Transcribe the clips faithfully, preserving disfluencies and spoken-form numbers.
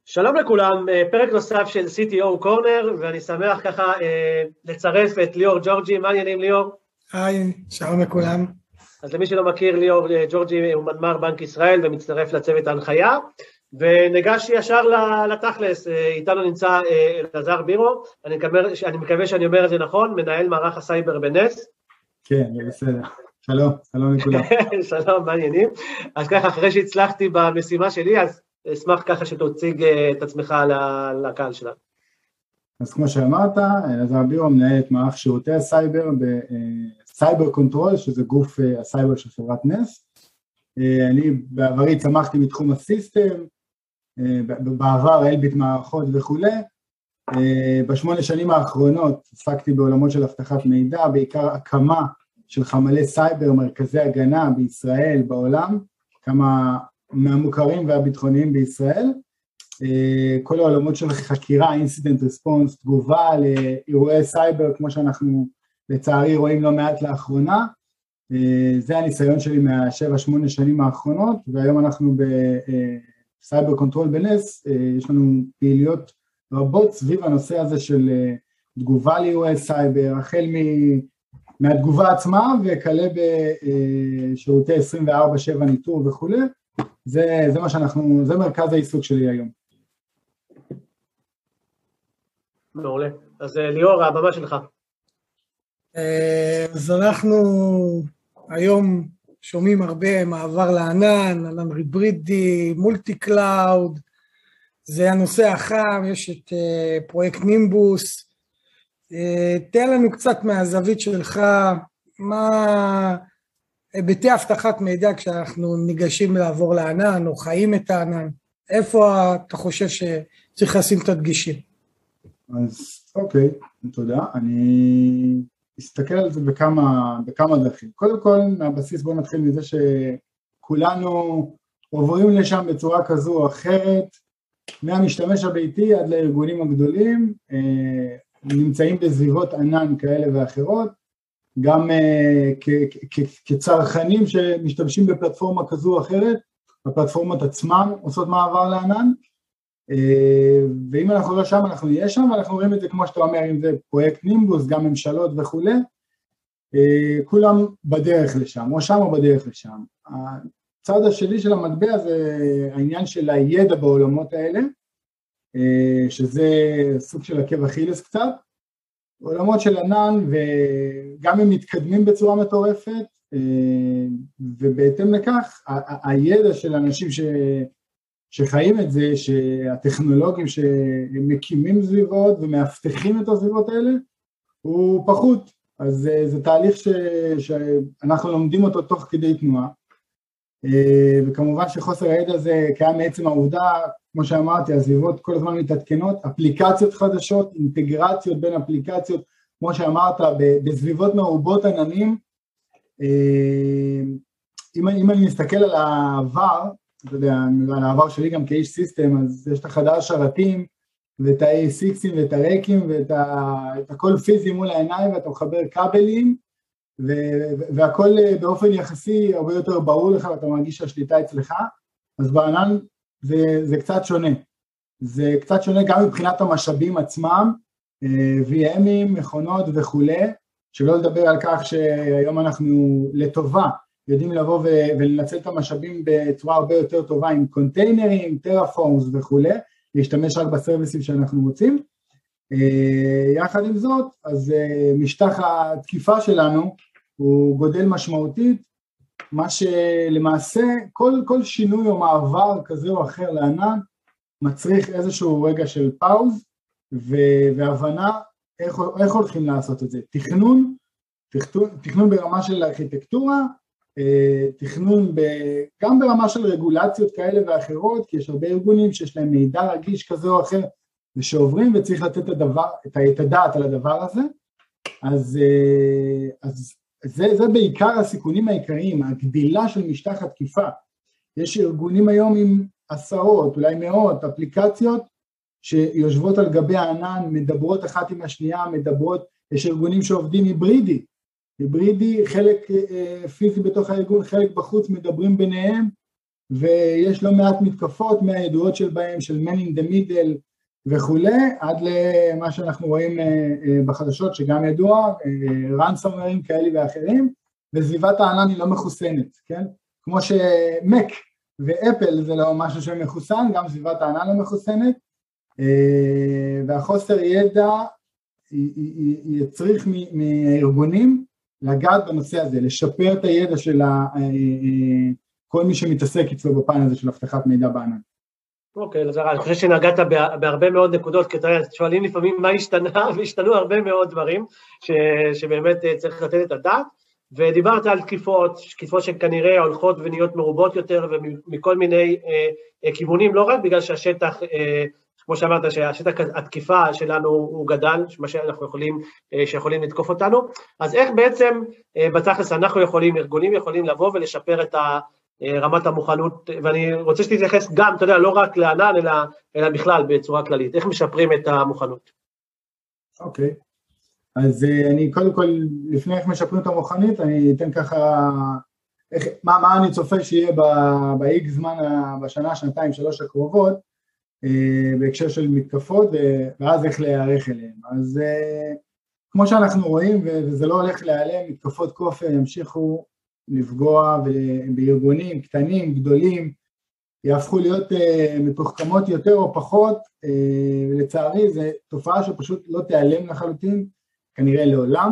שלום לכולם, פרק נוסף של סי טי או קורנר, ואני שמח ככה לצרף את ליאור ג'ורג'י. מה העניינים, ליאור? היי, שלום לכולם. אז למי שלא מכיר, ליאור ג'ורג'י הוא מנמ"ר בנק ישראל ומצטרף לצוות ההנחיה, וניגש ישר לתכלס. איתנו נמצא אלעזר בירו, אני מקווה, אני מקווה שאני אומר את זה נכון, מנהל מערך הסייבר בנס. כן, זה בסדר. שלום, שלום לכולם. שלום, מה העניינים? אז ככה, אחרי שהצלחתי במשימה שלי, אז אשמח ככה שתציג את עצמך לקהל שלנו. אז כמו שאמרת, אלעזר בירו מנהל את מערך שירותי הסייבר בסייבר קונטרול, שזה גוף הסייבר של חברת נס. אני בעברי צמחתי מתחום הסיסטם, בעבר אלביט מערכות וכו'. בשמונה שנים האחרונות עסקתי בעולמות של אבטחת מידע, בעיקר הקמה של חמ"לי סייבר, מרכזי הגנה בישראל, בעולם, כמה מהמוכרים והביטחוניים בישראל, כל העולמות של חקירה, אינסידנט רספונס, תגובה לאירועי סייבר, כמו שאנחנו לצערי רואים לא מעט לאחרונה. זה הניסיון שלי מהשבע שמונה שנים האחרונות, והיום אנחנו בסייבר קונטרול בנס, יש לנו פעילויות רבות סביב הנושא הזה של תגובה לאירועי סייבר, החל מהתגובה עצמה וכלה בשירותי עשרים וארבע שבע ניטור וכו'. זה, זה מה שאנחנו, זה מרכז העיסוק שלי היום. מעולה. אז ליאור, הבמה שלך. אז אנחנו היום שומעים הרבה מעבר לענן, ענן היברידי, מולטי קלאוד, זה הנושא החם, יש את פרויקט נימבוס. תן לנו קצת מהזווית שלך, מה היבטי אבטחת מידע כשאנחנו ניגשים לעבור לענן או חיים את הענן, איפה אתה חושב שצריך לשים את הדגשים? אז אוקיי, תודה. אני אסתכל על זה בכמה, בכמה דרכים. קודם כל, מהבסיס בואו נתחיל מזה שכולנו עוברים לשם בצורה כזו או אחרת, מהמשתמש הביתי עד לארגונים הגדולים, נמצאים בסביבות ענן כאלה ואחרות, גם כצרכנים שמשתמשים בפלטפורמה כזו או אחרת, הפלטפורמות עצמם עושות מעבר לענן, ואם אנחנו לא שם, אנחנו נהיה שם, ואנחנו רואים את זה כמו שאתה אומר, אם זה פרויקט נימבוס, גם ממשלות וכו', כולם בדרך לשם, או שם או בדרך לשם. הצד השני של המטבע זה העניין של הידע בעולמות האלה, שזה סוג של עקב אכילס קצת, עולמות של ענן, וגם הם מתקדמים בצורה מטורפת, ובהתאם לכך, הידע של אנשים ש... שחיים את זה, שהטכנולוגים שמקימים סביבות ומאבטחים את הסביבות האלה, הוא פחות. אז זה, זה תהליך ש... שאנחנו לומדים אותו תוך כדי תנועה, וכמובן שחוסר הידע הזה קיים מעצם העובדה, כמו שאמרתי, הסביבות כל הזמן מתעדכנות, אפליקציות חדשות, אינטגרציות בין אפליקציות, כמו שאמרת, בסביבות מרובות עננים. אם, אם אני מסתכל על העבר, אתה יודע, על העבר שלי גם כאיש סיסטם, אז יש את החדר שרתים, ואת ה-איי סיקס ואת הרקים, ואת ה, את הכל פיזי מול העיניים, ואתה מחבר כבלים, והכל באופן יחסי הרבה יותר ברור לך, ואתה מרגיש שהשליטה אצלך. אז בענן זה, זה קצת שונה. זה קצת שונה גם מבחינת המשאבים עצמם, וי אמ'ים, מכונות וכו', שלא לדבר על כך שהיום אנחנו לטובה, יודעים לבוא ולנצל את המשאבים בצורה הרבה יותר טובה עם קונטיינרים, טרפורמס וכו', להשתמש רק בסרוויסים שאנחנו רוצים. יחד עם זאת, אז משטח התקיפה שלנו הוא גודל משמעותית, מה שלמעשה כל, כל שינוי או מעבר כזה או אחר לענן, מצריך איזשהו רגע של פאוז, והבנה איך, איך הולכים לעשות את זה. תכנון, תכנון, תכנון ברמה של ארכיטקטורה, תכנון ב, גם ברמה של רגולציות כאלה ואחרות, כי יש הרבה ארגונים שיש להם מידע רגיש כזה או אחר, ושעוברים וצריך לתת את, הדבר, את הדעת על הדבר הזה. אז, אז זה, זה בעיקר הסיכונים העיקריים, הגדילה של משטח התקיפה. יש ארגונים היום עם עשרות, אולי מאות אפליקציות, שיושבות על גבי הענן, מדברות אחת עם השנייה, מדברות, יש ארגונים שעובדים היברידי, היברידי, חלק פיזי בתוך הארגון, חלק בחוץ, מדברים ביניהם, ויש לא מעט מתקפות מהידועות של בהם, של man in the middle וכולי, עד למה שאנחנו רואים בחדשות שגם ידוע, ransomware כאלה ואחרים, וסביבת הענן היא לא מחוסנת, כן? כמו שמק ואפל זה לא משהו שמחוסן, גם סביבת הענן לא מחוסנת, והחוסר ידע יצריך מהארגונים לגעת בנושא הזה, לשפר את הידע של כל מי שמתעסק אצלו בפן הזה של הבטחת מידע בענן. אוקיי, לזרה, אני חושב שנגעת בהרבה מאוד נקודות, כי שואלים לפעמים מה השתנה, והשתנו הרבה מאוד דברים שבאמת צריך לתת את הדעת, ודיברת על תקיפות, תקיפות שכנראה הולכות ונהיות מרובות יותר, ומכל מיני כיוונים, לא רק בגלל שהשטח, כמו שאמרת, שהשטח התקיפה שלנו הוא גדל, מה שאנחנו יכולים, שיכולים לתקוף אותנו, אז איך בעצם בתכלס אנחנו יכולים, ארגונים יכולים לבוא ולשפר את רמת המוכנות, ואני רוצה שתתייחס גם, אתה יודע, לא רק לענן, אלא, אלא בכלל בצורה כללית, איך משפרים את המוכנות? אוקיי, אז אני קודם כל, לפני איך משפרים את המוכנות, אני אתן ככה, איך, מה, מה אני צופה שיהיה ב-X זמן, בשנה, שנתיים, שלוש הקרובות, בהקשר של מתקפות, ואז איך להיערך אליהם. אז כמו שאנחנו רואים, וזה לא הולך להיעלם, מתקפות כופר ימשיכו לפגוע בארגונים קטנים, גדולים, יהפכו להיות מתוחכמות יותר או פחות, ולצערי זו תופעה שפשוט לא תיעלם לחלוטין, כנראה לעולם,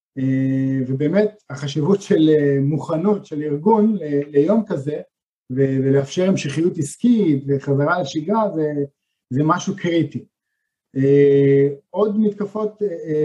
ובאמת החשיבות של מוכנות של ארגון ליום כזה, ולאפשר המשכיות עסקית וחזרה לשגרה, זה, זה משהו קריטי. עוד מתקפות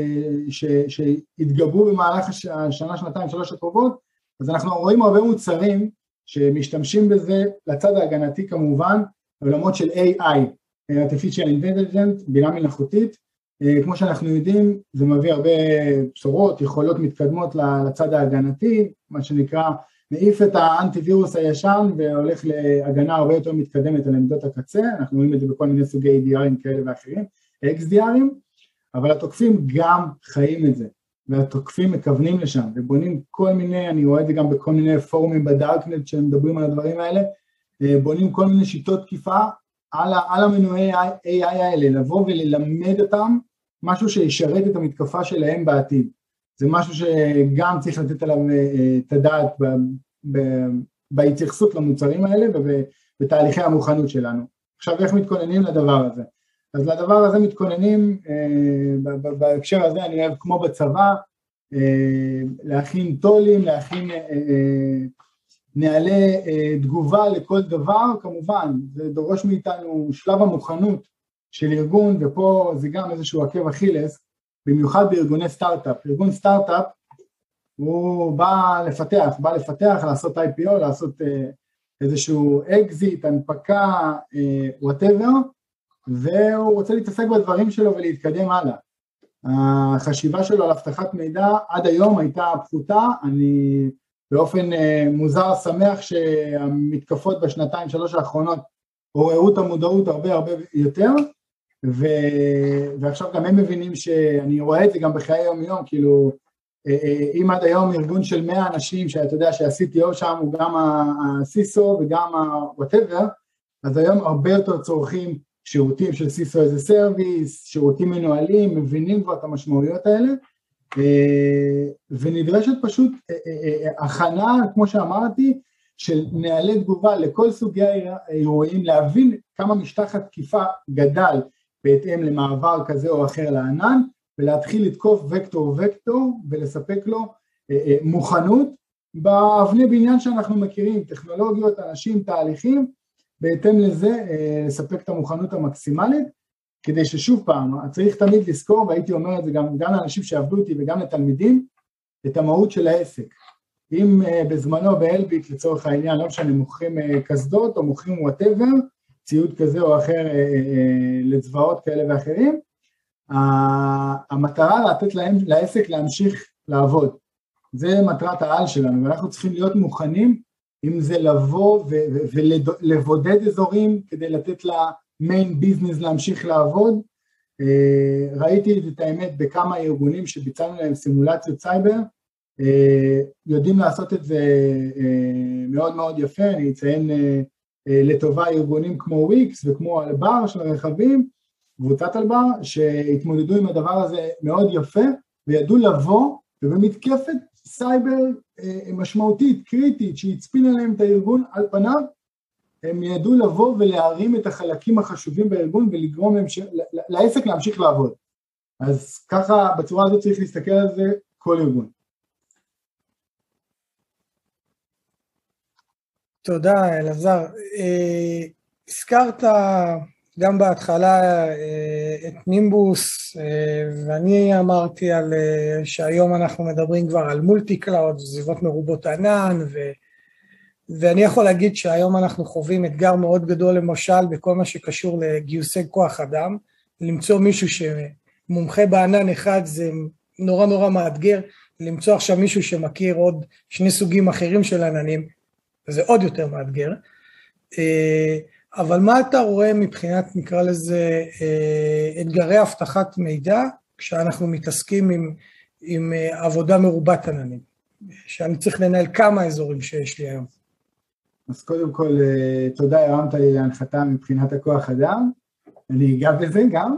שהתגברו במהלך השנה, שנתיים, שלוש הקרובות, אז אנחנו רואים הרבה מוצרים שמשתמשים בזה לצד ההגנתי כמובן, בעולמות של איי איי, Artificial Intelligence, בינה מלאכותית, כמו שאנחנו יודעים, זה מביא הרבה בשורות, יכולות מתקדמות לצד ההגנתי, מה שנקרא, מעיף את האנטיווירוס הישן והולך להגנה הרבה יותר מתקדמת על עמדות הקצה, אנחנו רואים את זה בכל מיני סוגי די ארים כאלה ואחרים, אקס די ארים, אבל התוקפים גם חיים את זה, והתוקפים מכוונים לשם, ובונים כל מיני, אני רואה את זה גם בכל מיני פורומים בדארקנט שמדברים על הדברים האלה, בונים כל מיני שיטות תקיפה על, על המנועי איי איי האלה, לבוא וללמד אותם משהו שישרת את המתקפה שלהם בעתיד. זה משהו שגם צריך לתת עליו את הדעת בהתייחסות למוצרים האלה ובתהליכי המוכנות שלנו. עכשיו איך מתכוננים לדבר הזה? אז לדבר הזה מתכוננים, בהקשר הזה אני אוהב כמו בצבא, להכין טולים, להכין נעלי תגובה לכל דבר, כמובן, זה דורש מאיתנו שלב המוכנות של ארגון, ופה זה גם איזשהו עקב אכילס, במיוחד בארגוני סטארט-אפ. ארגון סטארט-אפ הוא בא לפתח, בא לפתח, לעשות איי פי או, לעשות איזשהו אקזיט, הנפקה, whatever, והוא רוצה להתעסק בדברים שלו ולהתקדם הלאה. החשיבה שלו על הבטחת מידע עד היום הייתה פחותה, אני באופן מוזר שמח שהמתקפות בשנתיים שלוש האחרונות עוררו את המודעות הרבה הרבה יותר, ו... ועכשיו גם הם מבינים שאני רואה את זה גם בחיי יום יום, כאילו אם עד היום ארגון של מאה אנשים שאתה יודע שה-סי טי או שם הוא גם ה-סיסו וגם ה-whatever, אז היום הרבה יותר צורכים שירותים של סיסו as a service, שירותים מנוהלים, מבינים כבר את המשמעויות האלה, ונדרשת פשוט הכנה, כמו שאמרתי, של נעלי תגובה לכל סוגי האירועים, להבין כמה משטח התקיפה גדל בהתאם למעבר כזה או אחר לענן, ולהתחיל לתקוף וקטור וקטור ולספק לו מוכנות באבני בניין שאנחנו מכירים, טכנולוגיות, אנשים, תהליכים, בהתאם לזה לספק את המוכנות המקסימלית, כדי ששוב פעם, צריך תמיד לזכור, והייתי אומר את זה גם, גם לאנשים שעבדו איתי וגם לתלמידים, את המהות של העסק. אם בזמנו באלביט לצורך העניין, לא משנה, מוכרים קסדות או מוכרים whatever, ציוד כזה או אחר לצבאות כאלה ואחרים, המטרה לתת להם, לעסק להמשיך לעבוד. זה מטרת העל שלנו, ואנחנו צריכים להיות מוכנים, אם זה לבוא ולבודד אזורים כדי לתת למיין ביזנס להמשיך לעבוד. ראיתי את האמת בכמה ארגונים שביצענו להם סימולציות סייבר, יודעים לעשות את זה מאוד מאוד יפה, אני אציין לטובה ארגונים כמו וויקס וכמו אלבר של הרכבים, קבוצת אלבר, שהתמודדו עם הדבר הזה מאוד יפה, וידעו לבוא ובמתקפת סייבר משמעותית, קריטית, שהצפין עליהם את הארגון על פניו, הם ידעו לבוא ולהרים את החלקים החשובים בארגון ולגרום לעסק להמשיך לעבוד. אז ככה בצורה הזאת צריך להסתכל על זה כל ארגון. תודה אלעזר. הזכרת גם בהתחלה את נימבוס, ואני אמרתי על שהיום אנחנו מדברים כבר על מולטי קלאוד, סביבות מרובות ענן, ו, ואני יכול להגיד שהיום אנחנו חווים אתגר מאוד גדול למשל בכל מה שקשור לגיוסי כוח אדם, למצוא מישהו שמומחה בענן אחד זה נורא נורא מאתגר, למצוא עכשיו מישהו שמכיר עוד שני סוגים אחרים של עננים, וזה עוד יותר מאתגר. אבל מה אתה רואה מבחינת, נקרא לזה, אתגרי הבטחת מידע, כשאנחנו מתעסקים עם, עם עבודה מרובת עננים, שאני צריך לנהל כמה אזורים שיש לי היום? אז קודם כל, תודה, הרמת לי להנחתה מבחינת הכוח אדם, אני אגע בזה גם.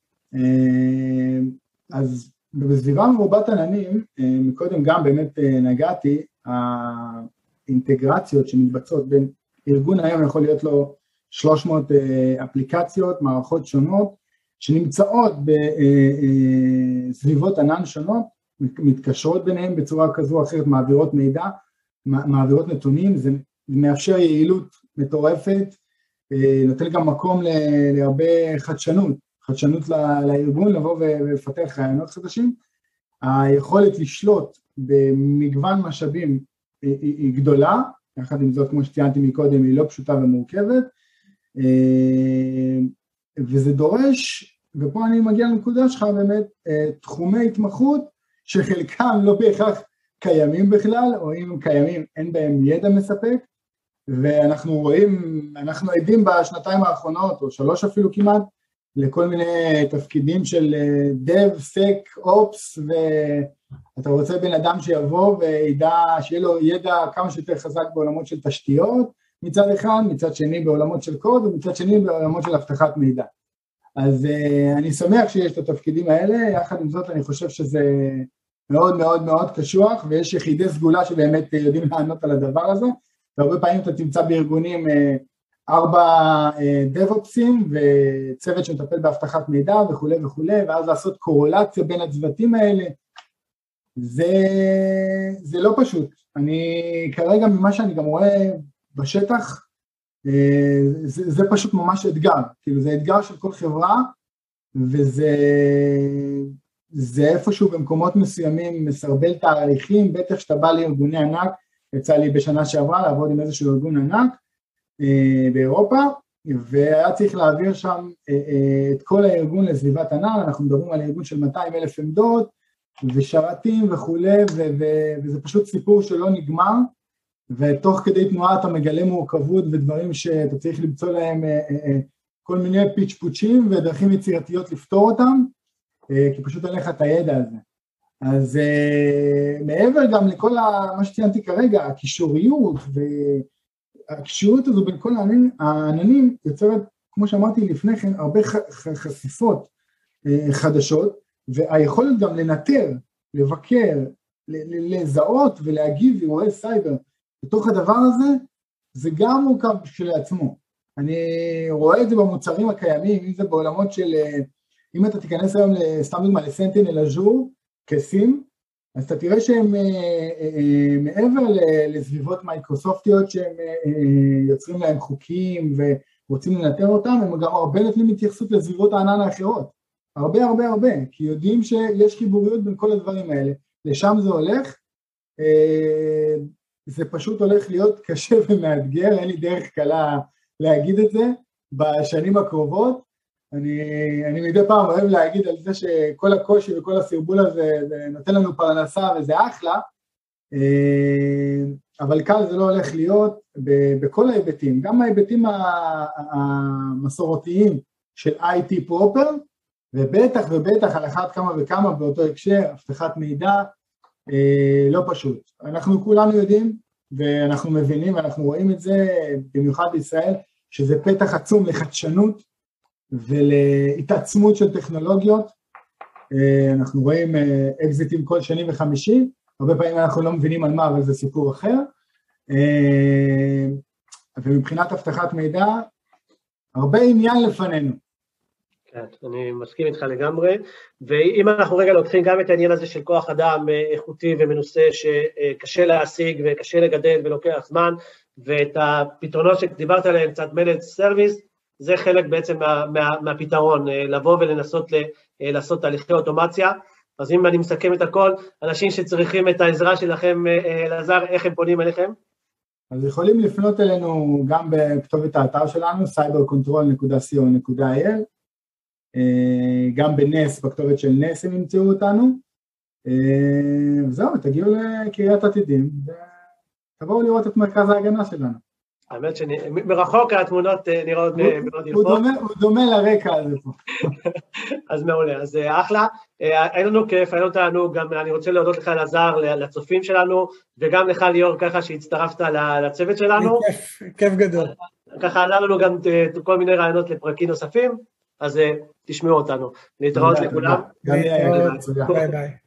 אז בסביבה מרובת עננים, מקודם גם באמת נגעתי, האינטגרציות שמתבצעות בין ארגון היום יכול להיות לו שלוש מאות אפליקציות, מערכות שונות, שנמצאות בסביבות ענן שונות, מתקשרות ביניהם בצורה כזו או אחרת, מעבירות מידע, מעבירות נתונים, זה מאפשר יעילות מטורפת, נותן גם מקום להרבה חדשנות, חדשנות לארגון, לבוא ולפתח רעיונות חדשים. היכולת לשלוט במגוון משאבים היא גדולה, יחד עם זאת, כמו שציינתי מקודם, היא לא פשוטה ומורכבת, וזה דורש, ופה אני מגיע לנקודה שלך באמת, תחומי התמחות שחלקם לא בהכרח קיימים בכלל, או אם הם קיימים אין בהם ידע מספק, ואנחנו רואים, אנחנו עדים בשנתיים האחרונות, או שלוש אפילו כמעט, לכל מיני תפקידים של dev, sec, ops, ואתה רוצה בן אדם שיבוא וידע, שיהיה לו ידע כמה שיותר חזק בעולמות של תשתיות, מצד אחד, מצד שני בעולמות של קוד, ומצד שני בעולמות של הבטחת מידע. אז uh, אני שמח שיש את התפקידים האלה, יחד עם זאת אני חושב שזה מאוד מאוד מאוד קשוח, ויש יחידי סגולה שבאמת יודעים לענות על הדבר הזה, והרבה פעמים אתה תמצא בארגונים uh, ארבע דב-אופסים, וצוות שמטפל בהבטחת מידע וכו' וכו', ואז לעשות קורולציה בין הצוותים האלה, זה, זה לא פשוט. אני כרגע ממה שאני גם רואה בשטח, זה, זה פשוט ממש אתגר, כאילו זה אתגר של כל חברה, וזה זה איפשהו במקומות מסוימים מסרבל תהליכים, בטח שאתה בא לארגוני ענק, יצא לי בשנה שעברה לעבוד עם איזשהו ארגון ענק, באירופה, והיה צריך להעביר שם את כל הארגון לסביבת ענן, אנחנו מדברים על ארגון של מאתיים אלף עמדות, ושרתים וכו', וזה פשוט סיפור שלא נגמר, ותוך כדי תנועה אתה מגלה מורכבות ודברים שאתה צריך למצוא להם כל מיני פיץ'-פוצ'ים ודרכים יצירתיות לפתור אותם, כי פשוט אין לך את הידע הזה. אז מעבר גם לכל מה שציינתי כרגע, הקישוריות ו... הקשירות הזו בין כל העננים יוצרת, כמו שאמרתי לפני כן, הרבה חשיפות חדשות, והיכולת גם לנטר, לבקר, לזהות ולהגיב אירועי סייבר בתוך הדבר הזה, זה גם מורכב כשלעצמו. אני רואה את זה במוצרים הקיימים, אם זה בעולמות של, אם אתה תיכנס היום סתם דוגמה לסנטינל אז'ור, כסים, אז אתה תראה שהם מעבר לסביבות מייקרוסופטיות שהם יוצרים להם חוקים ורוצים לנטר אותם, הם גם הרבה נותנים התייחסות לסביבות הענן האחרות, הרבה הרבה הרבה, כי יודעים שיש חיבוריות בין כל הדברים האלה, לשם זה הולך, זה פשוט הולך להיות קשה ומאתגר, אין לי דרך קלה להגיד את זה בשנים הקרובות, אני, אני מדי פעם אוהב להגיד על זה שכל הקושי וכל הסרבול הזה זה נותן לנו פרנסה וזה אחלה, אבל כאן זה לא הולך להיות בכל ההיבטים, גם ההיבטים המסורתיים של איי טי פרופר, ובטח ובטח על אחת כמה וכמה באותו הקשר, הבטחת מידע, לא פשוט. אנחנו כולנו יודעים, ואנחנו מבינים ואנחנו רואים את זה במיוחד בישראל, שזה פתח עצום לחדשנות ולהתעצמות של טכנולוגיות. אנחנו רואים אקזיטים כל שני וחמישי, הרבה פעמים אנחנו לא מבינים על מה, אבל זה סיפור אחר. ומבחינת הבטחת מידע, הרבה עניין לפנינו. כן, אני מסכים איתך לגמרי, ואם אנחנו רגע לוקחים גם את העניין הזה של כוח אדם איכותי ומנוסה שקשה להשיג וקשה לגדל ולוקח זמן, ואת הפתרונות שדיברת עליהם, קצת managed service, זה חלק בעצם מה, מה, מהפתרון, לבוא ולנסות ל, לעשות תהליכי אוטומציה. אז אם אני מסכם את הכל, אנשים שצריכים את העזרה שלכם, אלעזר, איך הם פונים אליכם? אז יכולים לפנות אלינו גם בכתובת האתר שלנו, סייבר קונטרול נקודה סי או נקודה איי אל, גם בנס, בכתובת של נס הם ימצאו אותנו, וזהו, תגיעו לקריית עתידים, ותבואו לראות את מרכז ההגנה שלנו. האמת שמרחוק התמונות נראות מאוד יפות. הוא דומה לרקע הזה פה. אז מעולה, אז אחלה, היה לנו כיף, היה לנו תענוג, גם אני רוצה להודות לך אלעזר, לצופים שלנו, וגם לך ליאור ככה שהצטרפת לצוות שלנו. כיף, כיף גדול. ככה עלה לנו גם כל מיני רעיונות לפרקים נוספים, אז תשמעו אותנו. להתראות לכולם. ביי ביי.